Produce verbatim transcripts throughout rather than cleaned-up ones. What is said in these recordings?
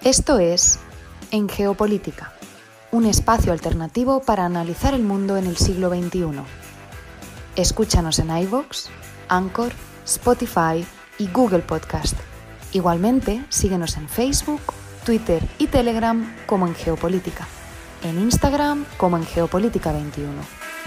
Esto es En Geopolítica, un espacio alternativo para analizar el mundo en el siglo veintiuno. Escúchanos en iVoox, Anchor, Spotify y Google Podcast. Igualmente, síguenos en Facebook, Twitter y Telegram como En Geopolítica, en Instagram como En Geopolítica veintiuno.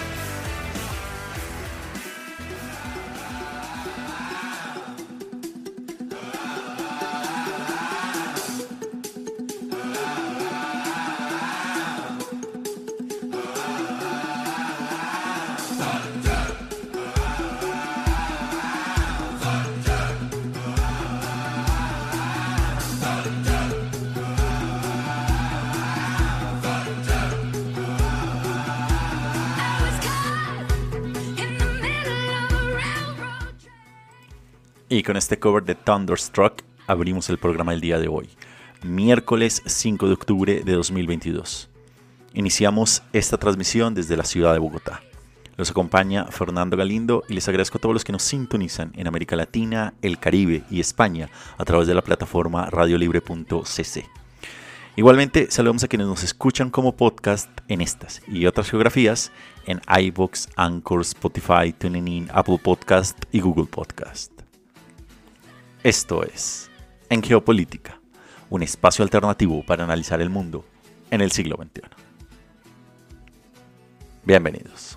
Y con este cover de Thunderstruck abrimos el programa del día de hoy, miércoles cinco de octubre de dos mil veintidós. Iniciamos esta transmisión desde la ciudad de Bogotá. Los acompaña Fernando Galindo y les agradezco a todos los que nos sintonizan en América Latina, el Caribe y España a través de la plataforma radiolibre punto c c. Igualmente saludamos a quienes nos escuchan como podcast en estas y otras geografías en iVoox, Anchor, Spotify, TuneIn, Apple Podcast y Google Podcast. Esto es En Geopolítica, un espacio alternativo para analizar el mundo en el siglo veintiuno. Bienvenidos.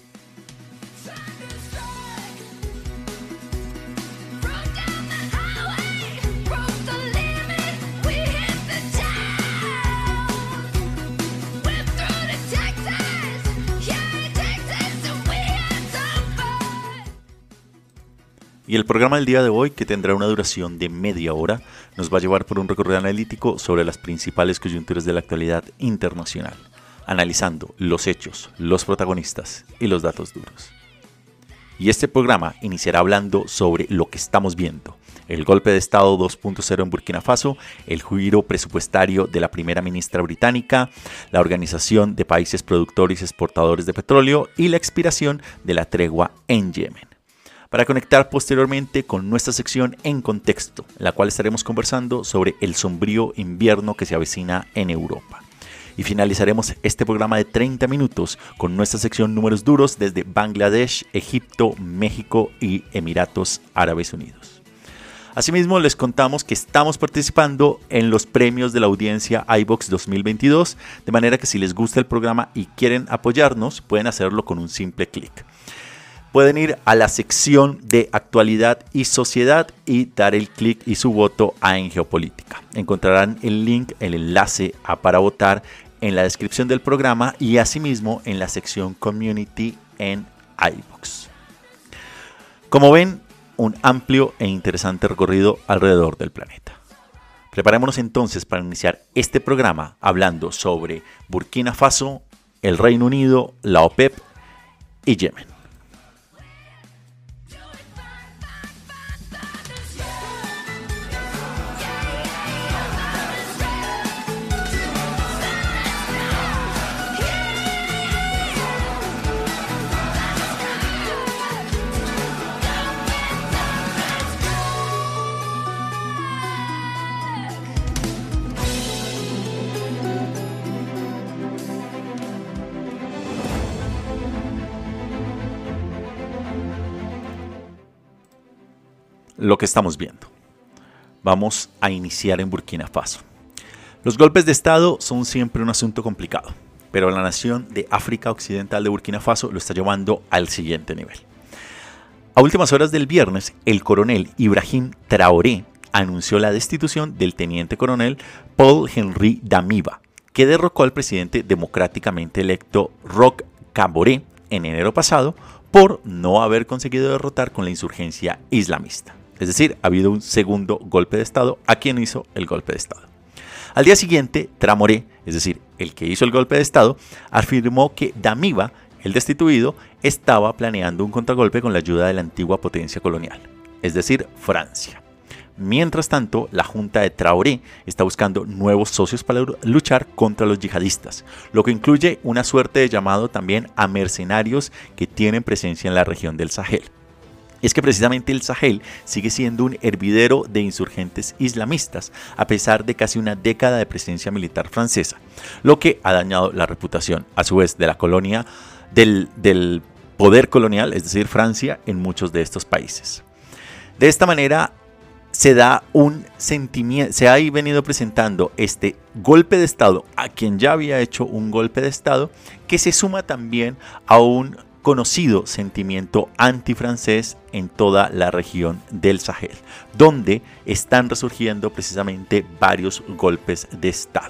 Y el programa del día de hoy, que tendrá una duración de media hora, nos va a llevar por un recorrido analítico sobre las principales coyunturas de la actualidad internacional, analizando los hechos, los protagonistas y los datos duros. Y este programa iniciará hablando sobre lo que estamos viendo, el golpe de Estado dos punto cero en Burkina Faso, el giro presupuestario de la primera ministra británica, la Organización de Países Productores y Exportadores de Petróleo y la expiración de la tregua en Yemen, para conectar posteriormente con nuestra sección En Contexto, en la cual estaremos conversando sobre el sombrío invierno que se avecina en Europa. Y finalizaremos este programa de treinta minutos con nuestra sección Números Duros desde Bangladesh, Egipto, México y Emiratos Árabes Unidos. Asimismo, les contamos que estamos participando en los premios de la audiencia iVoox dos mil veintidós, de manera que si les gusta el programa y quieren apoyarnos, pueden hacerlo con un simple clic. Pueden ir a la sección de actualidad y sociedad y dar el clic y su voto a En Geopolítica. Encontrarán el link, el enlace a para votar en la descripción del programa y asimismo en la sección Community en iVoox. Como ven, un amplio e interesante recorrido alrededor del planeta. Preparémonos entonces para iniciar este programa hablando sobre Burkina Faso, el Reino Unido, la OPEP y Yemen. Lo que estamos viendo. Vamos a iniciar en Burkina Faso. Los golpes de Estado son siempre un asunto complicado, pero la nación de África Occidental de Burkina Faso lo está llevando al siguiente nivel. A últimas horas del viernes, el coronel Ibrahim Traoré anunció la destitución del teniente coronel Paul-Henri Damiba, que derrocó al presidente democráticamente electo Roch Kaboré en enero pasado por no haber conseguido derrotar con la insurgencia islamista. Es decir, ha habido un segundo golpe de Estado a quien hizo el golpe de Estado. Al día siguiente, Traoré, es decir, el que hizo el golpe de Estado, afirmó que Damiba, el destituido, estaba planeando un contragolpe con la ayuda de la antigua potencia colonial, es decir, Francia. Mientras tanto, la junta de Traoré está buscando nuevos socios para luchar contra los yihadistas, lo que incluye una suerte de llamado también a mercenarios que tienen presencia en la región del Sahel. es que precisamente el Sahel sigue siendo un hervidero de insurgentes islamistas, a pesar de casi una década de presencia militar francesa, lo que ha dañado la reputación, a su vez, de la colonia, del, del poder colonial, es decir, Francia, en muchos de estos países. De esta manera, se da un sentimiento, se ha venido presentando este golpe de Estado a quien ya había hecho un golpe de Estado, que se suma también a un conocido sentimiento antifrancés en toda la región del Sahel, donde están resurgiendo precisamente varios golpes de Estado.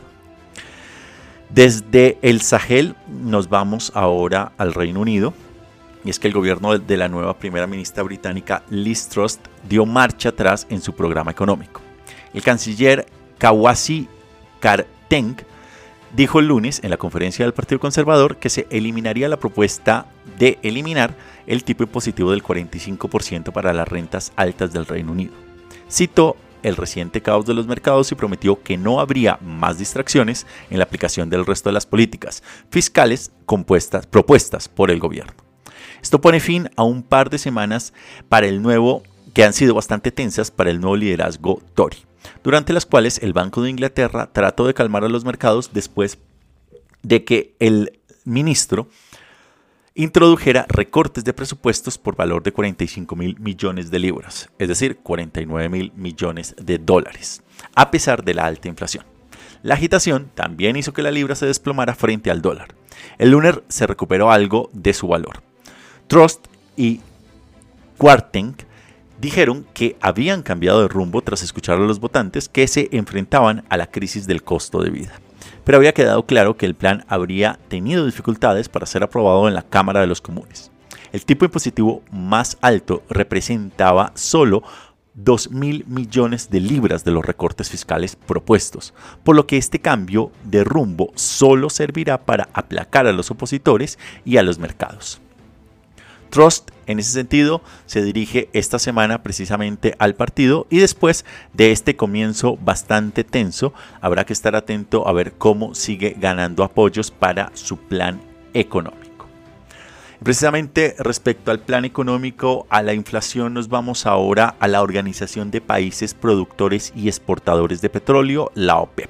Desde el Sahel nos vamos ahora al Reino Unido, y es que el gobierno de la nueva primera ministra británica Liz Truss dio marcha atrás en su programa económico. El canciller Kwasi Kwarteng dijo el lunes en la conferencia del Partido Conservador que se eliminaría la propuesta de eliminar el tipo impositivo del cuarenta y cinco por ciento para las rentas altas del Reino Unido. Citó el reciente caos de los mercados y prometió que no habría más distracciones en la aplicación del resto de las políticas fiscales compuestas, propuestas por el gobierno. Esto pone fin a un par de semanas para el nuevo, que han sido bastante tensas para el nuevo liderazgo Tory, durante las cuales el Banco de Inglaterra trató de calmar a los mercados después de que el ministro introdujera recortes de presupuestos por valor de cuarenta y cinco mil millones de libras, es decir, cuarenta y nueve mil millones de dólares, a pesar de la alta inflación. La agitación también hizo que la libra se desplomara frente al dólar. El lunes se recuperó algo de su valor. Truss y Kwarteng dijeron que habían cambiado de rumbo tras escuchar a los votantes que se enfrentaban a la crisis del costo de vida. Pero había quedado claro que el plan habría tenido dificultades para ser aprobado en la Cámara de los Comunes. El tipo impositivo más alto representaba solo dos mil millones de libras de los recortes fiscales propuestos, por lo que este cambio de rumbo solo servirá para aplacar a los opositores y a los mercados. Truss, en ese sentido, se dirige esta semana precisamente al partido y después de este comienzo bastante tenso, habrá que estar atento a ver cómo sigue ganando apoyos para su plan económico. Precisamente respecto al plan económico, a la inflación, nos vamos ahora a la Organización de Países Productores y Exportadores de Petróleo, la OPEP.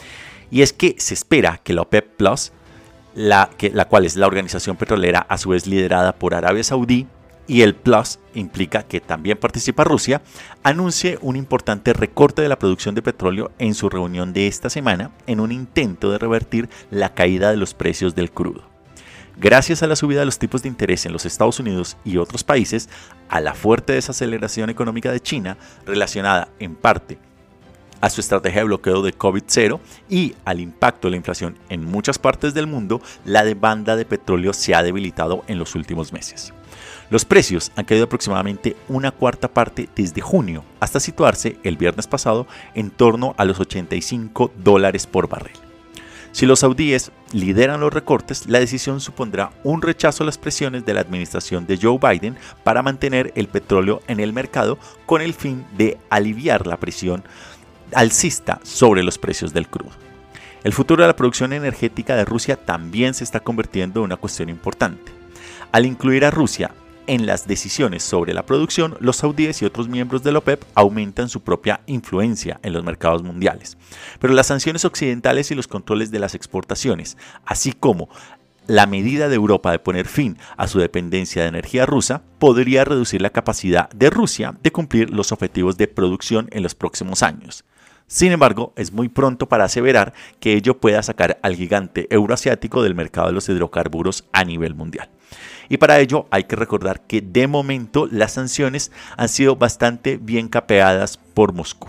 Y es que se espera que la OPEP Plus, La, que, la cual es la organización petrolera a su vez liderada por Arabia Saudí, y el Plus implica que también participa Rusia, anuncie un importante recorte de la producción de petróleo en su reunión de esta semana en un intento de revertir la caída de los precios del crudo. Gracias a la subida de los tipos de interés en los Estados Unidos y otros países, a la fuerte desaceleración económica de China, relacionada en parte a su estrategia de bloqueo de COVID cero y al impacto de la inflación en muchas partes del mundo, la demanda de petróleo se ha debilitado en los últimos meses. Los precios han caído aproximadamente una cuarta parte desde junio, hasta situarse el viernes pasado en torno a los ochenta y cinco dólares por barril. Si los saudíes lideran los recortes, la decisión supondrá un rechazo a las presiones de la administración de Joe Biden para mantener el petróleo en el mercado con el fin de aliviar la presión alcista sobre los precios del crudo. El futuro de la producción energética de Rusia también se está convirtiendo en una cuestión importante. Al incluir a Rusia en las decisiones sobre la producción, los saudíes y otros miembros de la OPEP aumentan su propia influencia en los mercados mundiales. Pero las sanciones occidentales y los controles de las exportaciones, así como la medida de Europa de poner fin a su dependencia de energía rusa, podría reducir la capacidad de Rusia de cumplir los objetivos de producción en los próximos años. Sin embargo, es muy pronto para aseverar que ello pueda sacar al gigante euroasiático del mercado de los hidrocarburos a nivel mundial. Y para ello hay que recordar que de momento las sanciones han sido bastante bien capeadas por Moscú.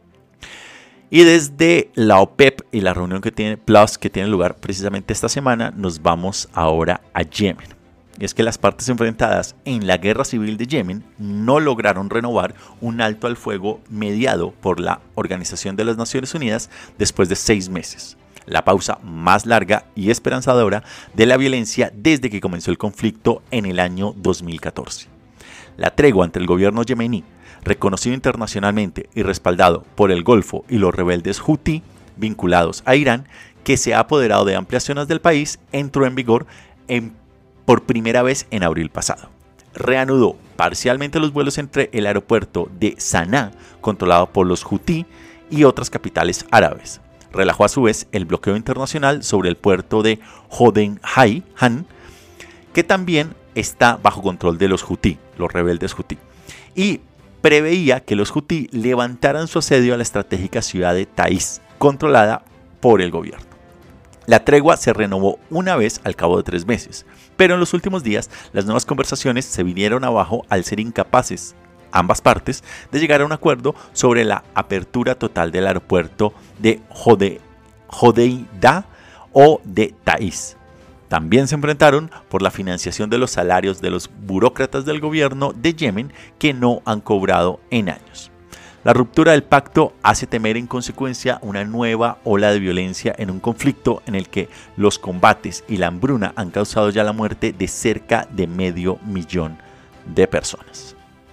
Y desde la OPEP y la reunión que tiene Plus, que tiene lugar precisamente esta semana, nos vamos ahora a Yemen. Y es que las partes enfrentadas en la guerra civil de Yemen no lograron renovar un alto al fuego mediado por la Organización de las Naciones Unidas después de seis meses, la pausa más larga y esperanzadora de la violencia desde que comenzó el conflicto en el año dos mil catorce. La tregua entre el gobierno yemení, reconocido internacionalmente y respaldado por el Golfo y los rebeldes Houthi vinculados a Irán, que se ha apoderado de amplias zonas del país, entró en vigor en por primera vez en abril pasado. reanudó parcialmente los vuelos entre el aeropuerto de Saná, controlado por los Houthi, y otras capitales árabes. Relajó a su vez el bloqueo internacional sobre el puerto de Jodenhayhan, que también está bajo control de los Houthi, los rebeldes Houthi, y preveía que los Houthi levantaran su asedio a la estratégica ciudad de Taiz, controlada por el gobierno. La tregua se renovó una vez al cabo de tres meses, pero en los últimos días las nuevas conversaciones se vinieron abajo al ser incapaces ambas partes de llegar a un acuerdo sobre la apertura total del aeropuerto de Jode, Hodeida o de Taiz. También se enfrentaron por la financiación de los salarios de los burócratas del gobierno de Yemen que no han cobrado en años. La ruptura del pacto hace temer en consecuencia una nueva ola de violencia en un conflicto en el que los combates y la hambruna han causado ya la muerte de cerca de medio millón de personas.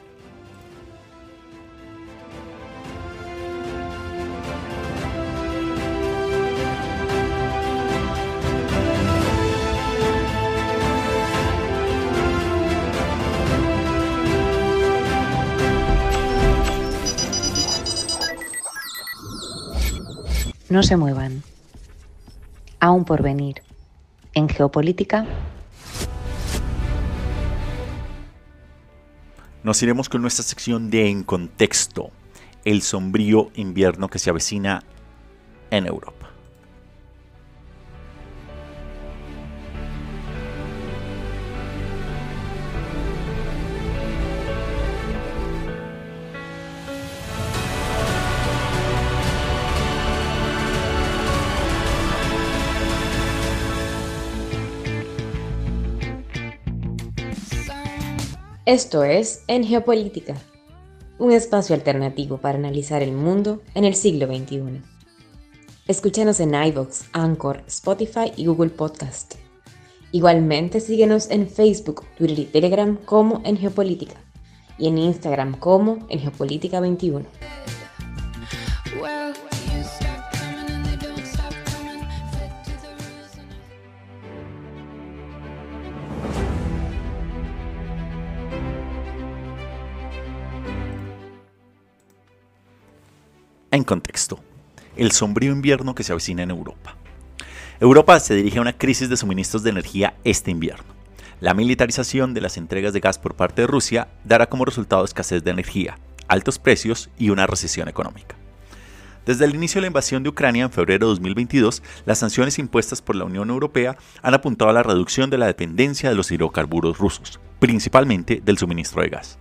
No se muevan. Aún por venir. En geopolítica. Nos iremos con nuestra sección de En Contexto, el sombrío invierno que se avecina en Europa. Esto es En Geopolítica, un espacio alternativo para analizar el mundo en el siglo veintiuno. Escúchanos en iVoox, Anchor, Spotify y Google Podcast. Igualmente síguenos en Facebook, Twitter y Telegram como En Geopolítica y en Instagram como En Geopolítica veintiuno. En contexto, el sombrío invierno que se avecina en Europa. Europa se dirige a una crisis de suministros de energía este invierno. La militarización de las entregas de gas por parte de Rusia dará como resultado escasez de energía, altos precios y una recesión económica. Desde el inicio de la invasión de Ucrania en febrero de dos mil veintidós, las sanciones impuestas por la Unión Europea han apuntado a la reducción de la dependencia de los hidrocarburos rusos, principalmente del suministro de gas.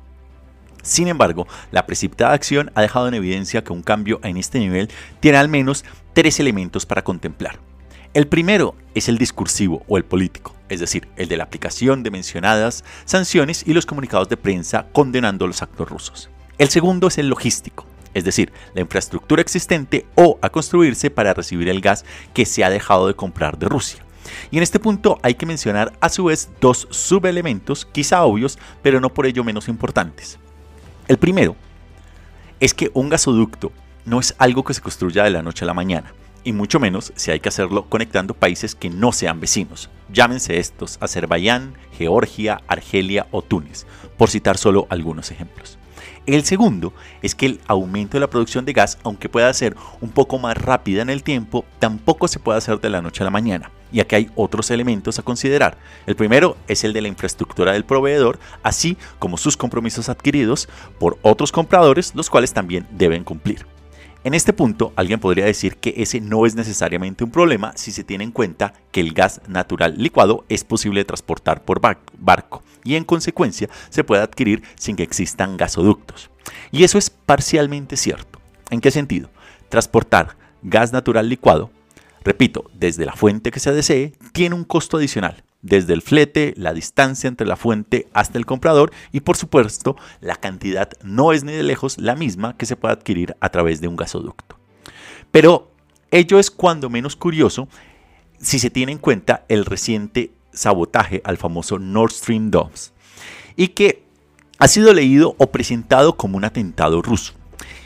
Sin embargo, la precipitada acción ha dejado en evidencia que un cambio en este nivel tiene al menos tres elementos para contemplar. El primero es el discursivo o el político, es decir, el de la aplicación de mencionadas sanciones y los comunicados de prensa condenando los actos rusos. El segundo es el logístico, es decir, la infraestructura existente o a construirse para recibir el gas que se ha dejado de comprar de Rusia. Y en este punto hay que mencionar a su vez dos subelementos, quizá obvios, pero no por ello menos importantes. El primero es que un gasoducto no es algo que se construya de la noche a la mañana, y mucho menos si hay que hacerlo conectando países que no sean vecinos, llámense estos Azerbaiyán, Georgia, Argelia o Túnez, por citar solo algunos ejemplos. El segundo es que el aumento de la producción de gas, aunque pueda ser un poco más rápida en el tiempo, tampoco se puede hacer de la noche a la mañana. Y aquí hay otros elementos a considerar. El primero es el de la infraestructura del proveedor, así como sus compromisos adquiridos por otros compradores, los cuales también deben cumplir. En este punto, alguien podría decir que ese no es necesariamente un problema si se tiene en cuenta que el gas natural licuado es posible de transportar por barco y en consecuencia se puede adquirir sin que existan gasoductos. Y eso es parcialmente cierto. ¿En qué sentido? Transportar gas natural licuado, repito, desde la fuente que se desee, tiene un costo adicional. Desde el flete, la distancia entre la fuente hasta el comprador y por supuesto la cantidad no es ni de lejos la misma que se puede adquirir a través de un gasoducto. Pero ello es cuando menos curioso si se tiene en cuenta el reciente sabotaje al famoso Nord Stream dos y que ha sido leído o presentado como un atentado ruso.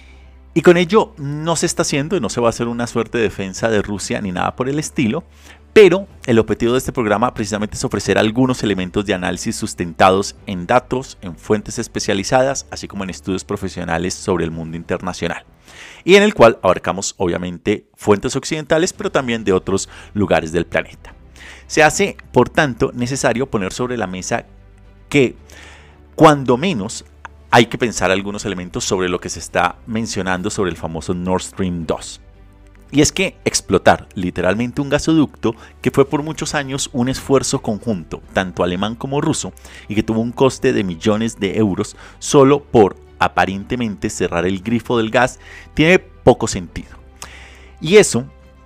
Y con ello no se está haciendo y no se va a hacer una suerte de defensa de Rusia ni nada por el estilo, Pero el objetivo de este programa precisamente es ofrecer algunos elementos de análisis sustentados en datos, en fuentes especializadas, así como en estudios profesionales sobre el mundo internacional, y en el cual abarcamos obviamente fuentes occidentales, pero también de otros lugares del planeta. Se hace, por tanto, necesario poner sobre la mesa que, cuando menos, hay que pensar algunos elementos sobre lo que se está mencionando sobre el famoso Nord Stream dos. Y es que explotar literalmente un gasoducto que fue por muchos años un esfuerzo conjunto, tanto alemán como ruso, y que tuvo un coste de millones de euros solo por aparentemente cerrar el grifo del gas, tiene poco sentido. Y eso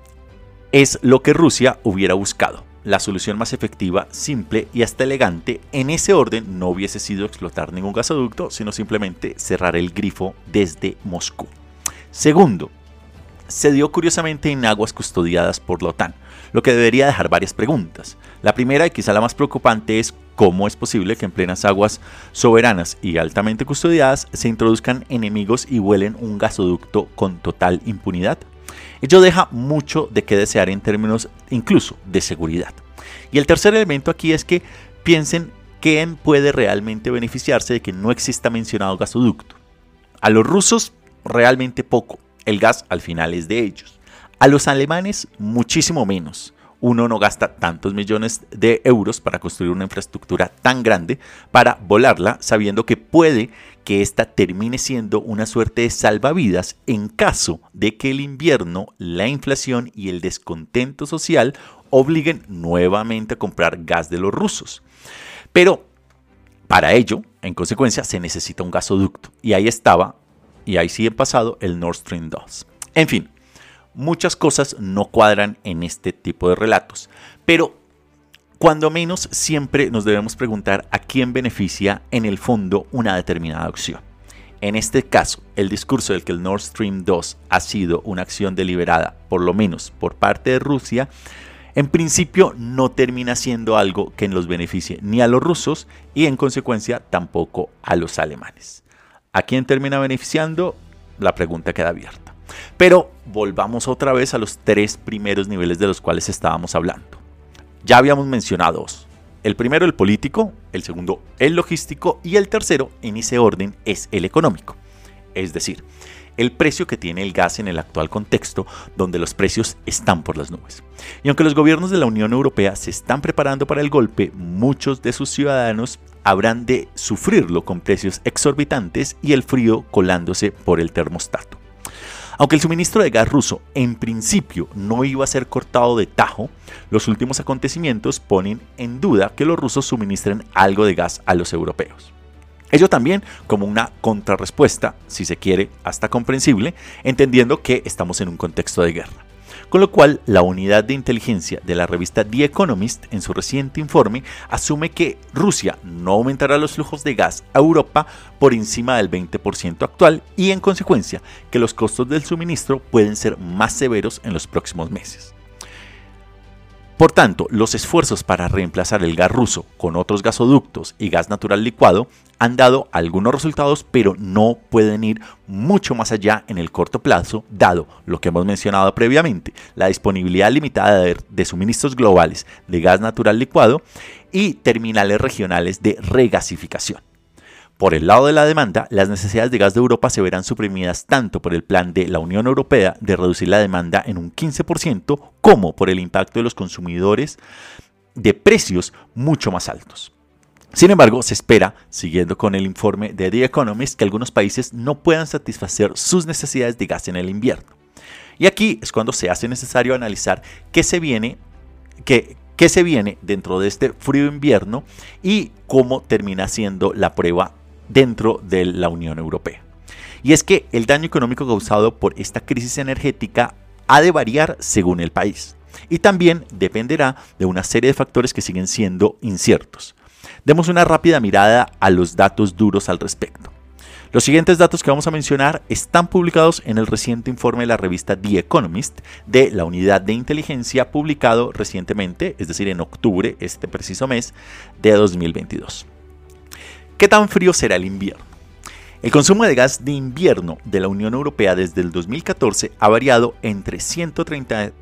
es lo que Rusia hubiera buscado. La solución más efectiva, simple y hasta elegante en ese orden no hubiese sido explotar ningún gasoducto, sino simplemente cerrar el grifo desde Moscú. Segundo, se dio curiosamente en aguas custodiadas por la OTAN, lo que debería dejar varias preguntas. La primera, y quizá la más preocupante, es cómo es posible que en plenas aguas soberanas y altamente custodiadas se introduzcan enemigos y vuelen un gasoducto con total impunidad. Ello deja mucho de qué desear en términos incluso de seguridad. Y el tercer elemento aquí es que piensen quién puede realmente beneficiarse de que no exista mencionado gasoducto. A los rusos realmente poco. El gas al final es de ellos. A los alemanes muchísimo menos. Uno no gasta tantos millones de euros para construir una infraestructura tan grande para volarla, sabiendo que puede que esta termine siendo una suerte de salvavidas en caso de que el invierno, la inflación y el descontento social obliguen nuevamente a comprar gas de los rusos. Pero para ello, en consecuencia, se necesita un gasoducto. Y ahí estaba, y ahí sí en pasado, el Nord Stream dos. En fin, muchas cosas no cuadran en este tipo de relatos, pero cuando menos siempre nos debemos preguntar a quién beneficia en el fondo una determinada acción. En este caso, el discurso del que el Nord Stream dos ha sido una acción deliberada, por lo menos por parte de Rusia, en principio no termina siendo algo que los beneficie ni a los rusos y en consecuencia tampoco a los alemanes. ¿A quién termina beneficiando? La pregunta queda abierta. Pero volvamos otra vez a los tres primeros niveles de los cuales estábamos hablando. Ya habíamos mencionado dos. El primero, el político, el segundo, el logístico y el tercero, en ese orden, es el económico. Es decir, el precio que tiene el gas en el actual contexto, donde los precios están por las nubes. Y aunque los gobiernos de la Unión Europea se están preparando para el golpe, muchos de sus ciudadanos habrán de sufrirlo con precios exorbitantes y el frío colándose por el termostato. Aunque el suministro de gas ruso en principio no iba a ser cortado de tajo, los últimos acontecimientos ponen en duda que los rusos suministren algo de gas a los europeos. Ello también como una contrarrespuesta, si se quiere, hasta comprensible, entendiendo que estamos en un contexto de guerra. Con lo cual, la unidad de inteligencia de la revista The Economist, en su reciente informe, asume que Rusia no aumentará los flujos de gas a Europa por encima del veinte por ciento actual y, en consecuencia, que los costos del suministro pueden ser más severos en los próximos meses. Por tanto, los esfuerzos para reemplazar el gas ruso con otros gasoductos y gas natural licuado han dado algunos resultados, pero no pueden ir mucho más allá en el corto plazo, dado lo que hemos mencionado previamente, la disponibilidad limitada de, de suministros globales de gas natural licuado y terminales regionales de regasificación. Por el lado de la demanda, las necesidades de gas de Europa se verán suprimidas tanto por el plan de la Unión Europea de reducir la demanda en un quince por ciento como por el impacto de los consumidores de precios mucho más altos. Sin embargo, se espera, siguiendo con el informe de The Economist, que algunos países no puedan satisfacer sus necesidades de gas en el invierno. Y aquí es cuando se hace necesario analizar qué se viene, qué, qué se viene dentro de este frío invierno y cómo termina siendo la prueba dentro de la Unión Europea. Y es que el daño económico causado por esta crisis energética ha de variar según el país y también dependerá de una serie de factores que siguen siendo inciertos. Demos una rápida mirada a los datos duros al respecto. Los siguientes datos que vamos a mencionar están publicados en el reciente informe de la revista The Economist de la unidad de inteligencia publicado recientemente, es decir, en octubre, este preciso mes de dos mil veintidós. ¿Qué tan frío será el invierno? El consumo de gas de invierno de la Unión Europea desde el dos mil catorce ha variado entre ciento treinta,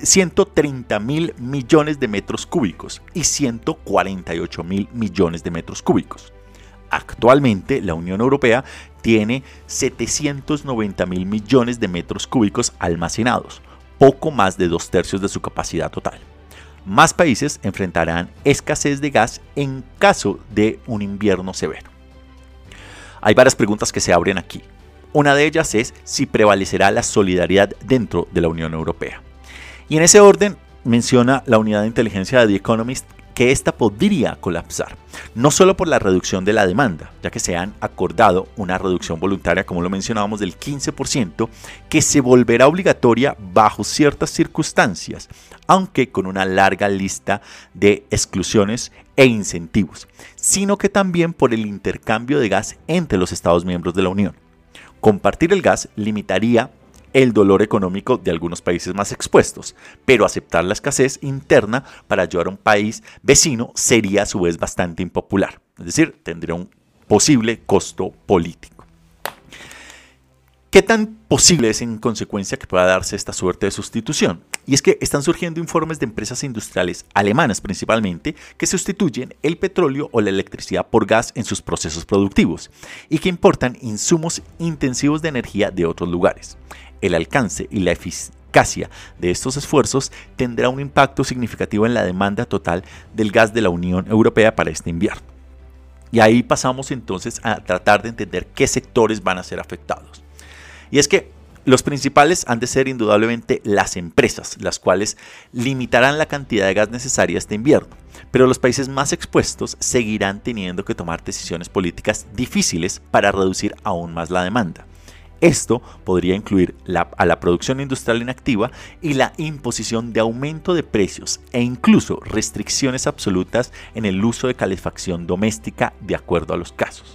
ciento treinta mil millones de metros cúbicos y ciento cuarenta y ocho mil millones de metros cúbicos. Actualmente la Unión Europea tiene setecientos noventa mil millones de metros cúbicos almacenados, poco más de dos tercios de su capacidad total. Más países enfrentarán escasez de gas en caso de un invierno severo. Hay varias preguntas que se abren aquí. Una de ellas es si prevalecerá la solidaridad dentro de la Unión Europea. Y en ese orden menciona la unidad de inteligencia de The Economist que esta podría colapsar, no solo por la reducción de la demanda, ya que se han acordado una reducción voluntaria, como lo mencionábamos, del quince por ciento, que se volverá obligatoria bajo ciertas circunstancias, aunque con una larga lista de exclusiones e incentivos, sino que también por el intercambio de gas entre los Estados miembros de la Unión. Compartir el gas limitaría el dolor económico de algunos países más expuestos, pero aceptar la escasez interna para ayudar a un país vecino sería a su vez bastante impopular, es decir, tendría un posible costo político. ¿Qué tan posible es en consecuencia que pueda darse esta suerte de sustitución? Y es que están surgiendo informes de empresas industriales alemanas principalmente que sustituyen el petróleo o la electricidad por gas en sus procesos productivos y que importan insumos intensivos de energía de otros lugares. El alcance y la eficacia de estos esfuerzos tendrá un impacto significativo en la demanda total del gas de la Unión Europea para este invierno. Y ahí pasamos entonces a tratar de entender qué sectores van a ser afectados. Y es que los principales han de ser indudablemente las empresas, las cuales limitarán la cantidad de gas necesaria este invierno. Pero los países más expuestos seguirán teniendo que tomar decisiones políticas difíciles para reducir aún más la demanda. Esto podría incluir la, a la producción industrial inactiva y la imposición de aumento de precios e incluso restricciones absolutas en el uso de calefacción doméstica de acuerdo a los casos.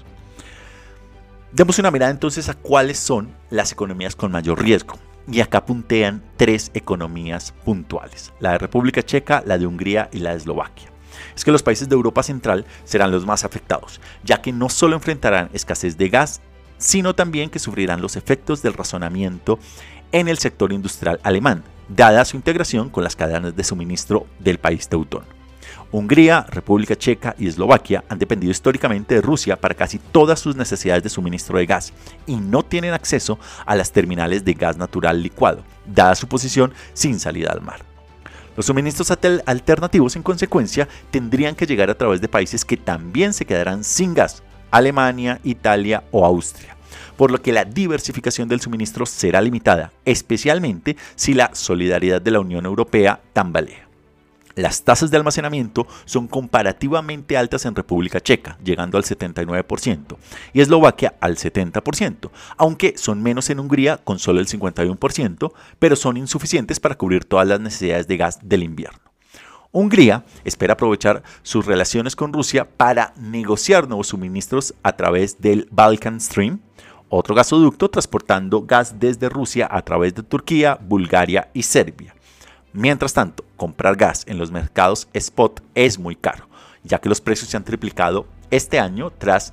Demos una mirada entonces a cuáles son las economías con mayor riesgo. Y acá puntean tres economías puntuales: la de República Checa, la de Hungría y la de Eslovaquia. Es que los países de Europa Central serán los más afectados, ya que no solo enfrentarán escasez de gas, sino también que sufrirán los efectos del razonamiento en el sector industrial alemán, dada su integración con las cadenas de suministro del país teutón. Hungría, República Checa y Eslovaquia han dependido históricamente de Rusia para casi todas sus necesidades de suministro de gas y no tienen acceso a las terminales de gas natural licuado, dada su posición sin salida al mar. Los suministros alternativos, en consecuencia, tendrían que llegar a través de países que también se quedarán sin gas: Alemania, Italia o Austria, por lo que la diversificación del suministro será limitada, especialmente si la solidaridad de la Unión Europea tambalea. Las tasas de almacenamiento son comparativamente altas en República Checa, llegando al setenta y nueve por ciento, y Eslovaquia al setenta por ciento, aunque son menos en Hungría con solo el cincuenta y uno por ciento, pero son insuficientes para cubrir todas las necesidades de gas del invierno. Hungría espera aprovechar sus relaciones con Rusia para negociar nuevos suministros a través del Balkan Stream, otro gasoducto transportando gas desde Rusia a través de Turquía, Bulgaria y Serbia. Mientras tanto, comprar gas en los mercados spot es muy caro, ya que los precios se han triplicado este año tras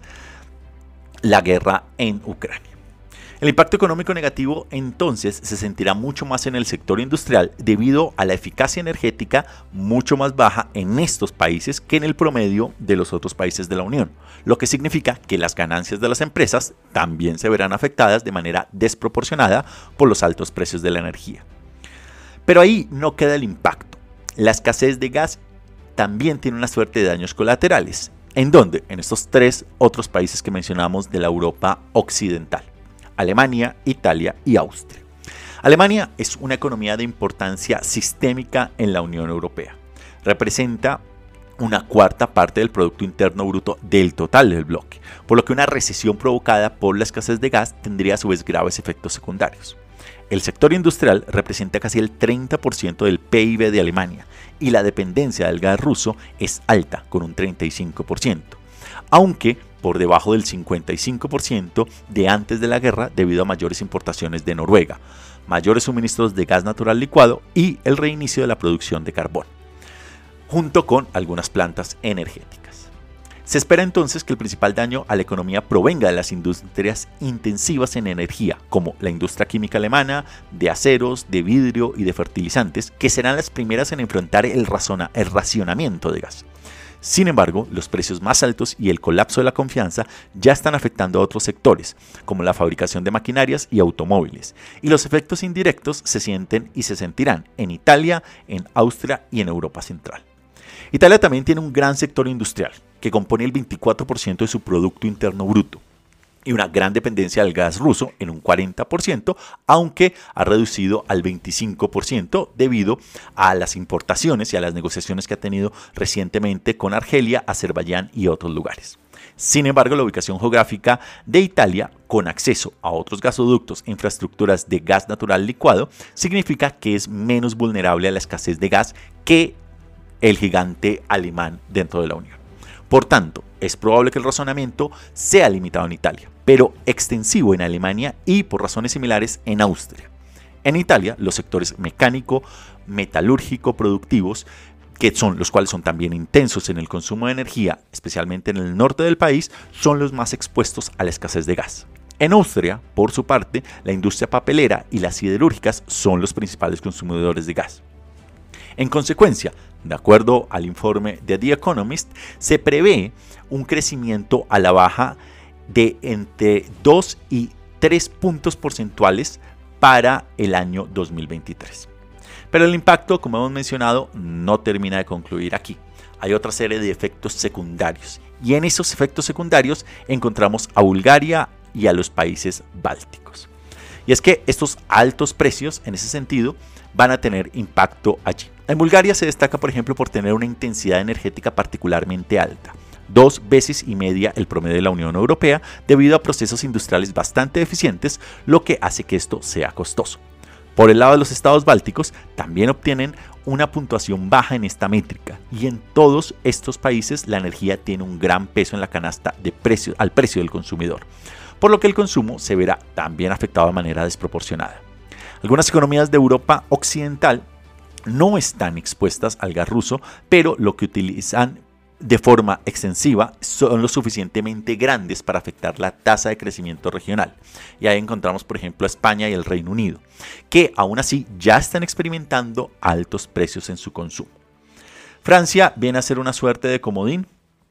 la guerra en Ucrania. El impacto económico negativo entonces se sentirá mucho más en el sector industrial debido a la eficacia energética mucho más baja en estos países que en el promedio de los otros países de la Unión, lo que significa que las ganancias de las empresas también se verán afectadas de manera desproporcionada por los altos precios de la energía. Pero ahí no queda el impacto. La escasez de gas también tiene una suerte de daños colaterales. ¿En dónde? En estos tres otros países que mencionamos de la Europa occidental: Alemania, Italia y Austria. Alemania es una economía de importancia sistémica en la Unión Europea. Representa una cuarta parte del Producto Interno Bruto del total del bloque, por lo que una recesión provocada por la escasez de gas tendría a su vez graves efectos secundarios. El sector industrial representa casi el treinta por ciento del P I B de Alemania y la dependencia del gas ruso es alta, con un treinta y cinco por ciento, aunque por debajo del cincuenta y cinco por ciento de antes de la guerra debido a mayores importaciones de Noruega, mayores suministros de gas natural licuado y el reinicio de la producción de carbón, junto con algunas plantas energéticas. Se espera entonces que el principal daño a la economía provenga de las industrias intensivas en energía, como la industria química alemana, de aceros, de vidrio y de fertilizantes, que serán las primeras en enfrentar el, razona, el racionamiento de gas. Sin embargo, los precios más altos y el colapso de la confianza ya están afectando a otros sectores, como la fabricación de maquinarias y automóviles, y los efectos indirectos se sienten y se sentirán en Italia, en Austria y en Europa Central. Italia también tiene un gran sector industrial, que compone el veinticuatro por ciento de su Producto Interno Bruto, y una gran dependencia del gas ruso en un cuarenta por ciento, aunque ha reducido al veinticinco por ciento debido a las importaciones y a las negociaciones que ha tenido recientemente con Argelia, Azerbaiyán y otros lugares. Sin embargo, la ubicación geográfica de Italia, con acceso a otros gasoductos e infraestructuras de gas natural licuado, significa que es menos vulnerable a la escasez de gas que el gigante alemán dentro de la Unión. Por tanto, es probable que el razonamiento sea limitado en Italia, pero extensivo en Alemania y por razones similares en Austria. En Italia, los sectores mecánico, metalúrgico, productivos, que son los cuales son también intensos en el consumo de energía, especialmente en el norte del país, son los más expuestos a la escasez de gas. En Austria, por su parte, la industria papelera y las siderúrgicas son los principales consumidores de gas. En consecuencia, de acuerdo al informe de The Economist, se prevé un crecimiento a la baja de entre dos y tres puntos porcentuales para el año dos mil veintitrés. Pero el impacto, como hemos mencionado, no termina de concluir aquí. Hay otra serie de efectos secundarios, y en esos efectos secundarios encontramos a Bulgaria y a los países bálticos. Y es que estos altos precios, en ese sentido, van a tener impacto allí. En Bulgaria se destaca, por ejemplo, por tener una intensidad energética particularmente alta, dos veces y media el promedio de la Unión Europea, debido a procesos industriales bastante eficientes, lo que hace que esto sea costoso. Por el lado de los estados bálticos, también obtienen una puntuación baja en esta métrica, y en todos estos países la energía tiene un gran peso en la canasta de precio, al precio del consumidor, por lo que el consumo se verá también afectado de manera desproporcionada. Algunas economías de Europa occidental no están expuestas al gas ruso, pero lo que utilizan de forma extensiva son lo suficientemente grandes para afectar la tasa de crecimiento regional. Y ahí encontramos, por ejemplo, a España y el Reino Unido, que aún así ya están experimentando altos precios en su consumo. Francia viene a ser una suerte de comodín,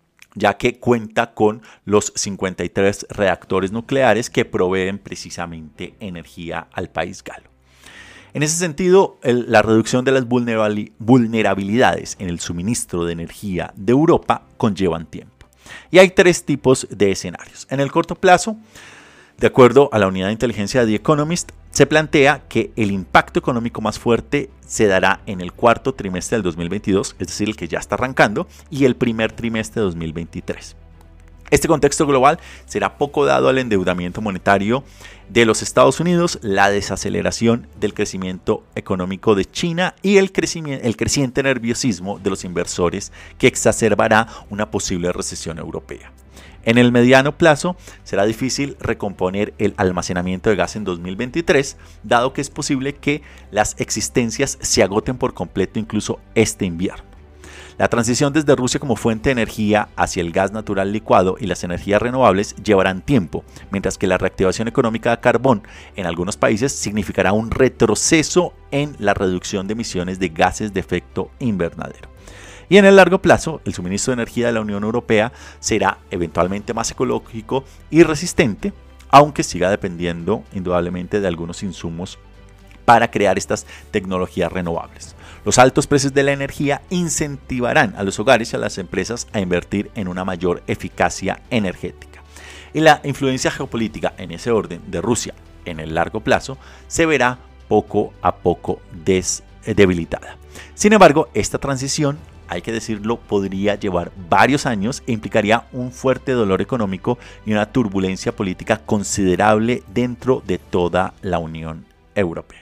ya que cuenta con los cincuenta y tres reactores nucleares que proveen precisamente energía al país galo. En ese sentido, el, la reducción de las vulnerabilidades en el suministro de energía de Europa conllevan tiempo. Y hay tres tipos de escenarios. En el corto plazo, de acuerdo a la unidad de inteligencia de The Economist, se plantea que el impacto económico más fuerte se dará en el cuarto trimestre del dos mil veintidós, es decir, el que ya está arrancando, y el primer trimestre de dos mil veintitrés. Este contexto global será poco dado al endeudamiento monetario de los Estados Unidos, la desaceleración del crecimiento económico de China y el, crecimiento, el creciente nerviosismo de los inversores, que exacerbará una posible recesión europea. En el mediano plazo será difícil recomponer el almacenamiento de gas en dos mil veintitrés, dado que es posible que las existencias se agoten por completo incluso este invierno. La transición desde Rusia como fuente de energía hacia el gas natural licuado y las energías renovables llevarán tiempo, mientras que la reactivación económica de carbón en algunos países significará un retroceso en la reducción de emisiones de gases de efecto invernadero. Y en el largo plazo, el suministro de energía de la Unión Europea será eventualmente más ecológico y resistente, aunque siga dependiendo indudablemente de algunos insumos para crear estas tecnologías renovables. Los altos precios de la energía incentivarán a los hogares y a las empresas a invertir en una mayor eficacia energética. Y la influencia geopolítica en ese orden de Rusia en el largo plazo se verá poco a poco des- debilitada. Sin embargo, esta transición, hay que decirlo, podría llevar varios años e implicaría un fuerte dolor económico y una turbulencia política considerable dentro de toda la Unión Europea.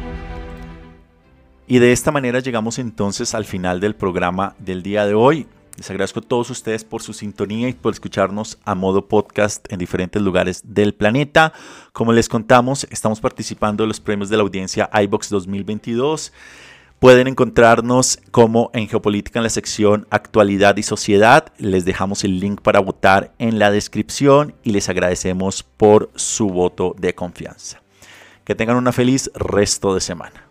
Y de esta manera llegamos entonces al final del programa del día de hoy. Les agradezco a todos ustedes por su sintonía y por escucharnos a modo podcast en diferentes lugares del planeta. Como les contamos, estamos participando en los premios de la audiencia iVox dos mil veintidós. Pueden encontrarnos como en Geopolítica en la sección Actualidad y Sociedad. Les dejamos el link para votar en la descripción y les agradecemos por su voto de confianza. Que tengan una feliz resto de semana.